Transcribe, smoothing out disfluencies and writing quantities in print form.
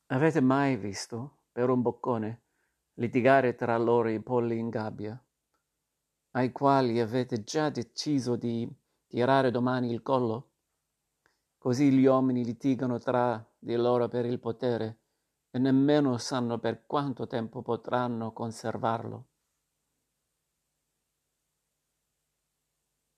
Avete mai visto, per un boccone, litigare tra loro i polli in gabbia, ai quali avete già deciso di tirare domani il collo? Così gli uomini litigano tra di loro per il potere e nemmeno sanno per quanto tempo potranno conservarlo.